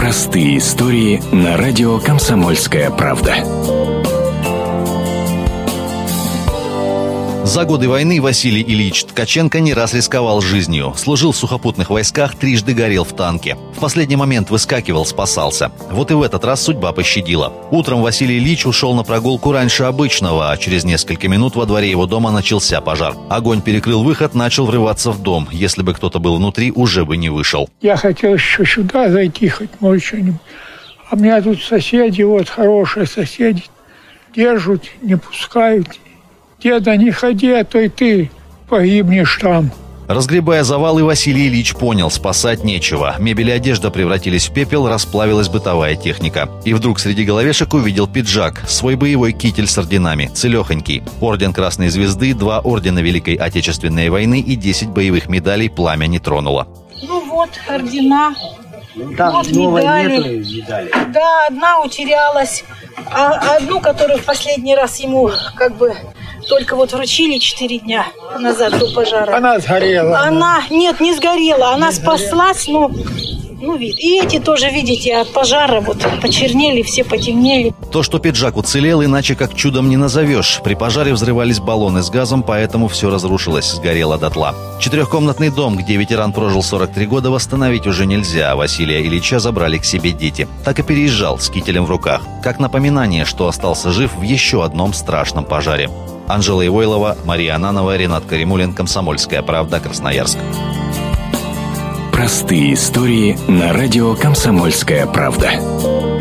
Простые истории на радио «Комсомольская правда». За годы войны Василий Ильич Ткаченко не раз рисковал жизнью. Служил в сухопутных войсках, трижды горел в танке. В последний момент выскакивал, спасался. Вот и в этот раз судьба пощадила. Утром Василий Ильич ушел на прогулку раньше обычного, а через несколько минут во дворе его дома начался пожар. Огонь перекрыл выход, начал врываться в дом. Если бы кто-то был внутри, уже бы не вышел. Я хотел еще сюда зайти, хоть может что-нибудь. А у меня тут соседи, вот хорошие соседи, держат, не пускают. Деда, не ходи, а то и ты погибнешь там. Разгребая завалы, Василий Ильич понял, спасать нечего. Мебель и одежда превратились в пепел, расплавилась бытовая техника. И вдруг среди головешек увидел пиджак, свой боевой китель с орденами, целехонький. Орден Красной Звезды, 2 ордена Великой Отечественной войны и 10 боевых медалей пламя не тронуло. Ну вот, ордена. Там вот медали. Да, одна утерялась. А одну, которую в последний раз ему только вот вручили 4 дня назад до пожара. Она сгорела. Нет, не сгорела. Она спаслась, но вид. И эти тоже, видите, от пожара вот почернели, все потемнели. То, что пиджак уцелел, иначе как чудом не назовешь. При пожаре взрывались баллоны с газом, поэтому все разрушилось, сгорело дотла. 4-комнатный дом, где ветеран прожил 43 года, восстановить уже нельзя. Василия Ильича забрали к себе дети. Так и переезжал с кителем в руках. Как напоминание, что остался жив в еще одном страшном пожаре. Анжела Ивойлова, Мария Ананова, Ренат Каримулин, «Комсомольская правда», Красноярск. Простые истории на радио «Комсомольская правда».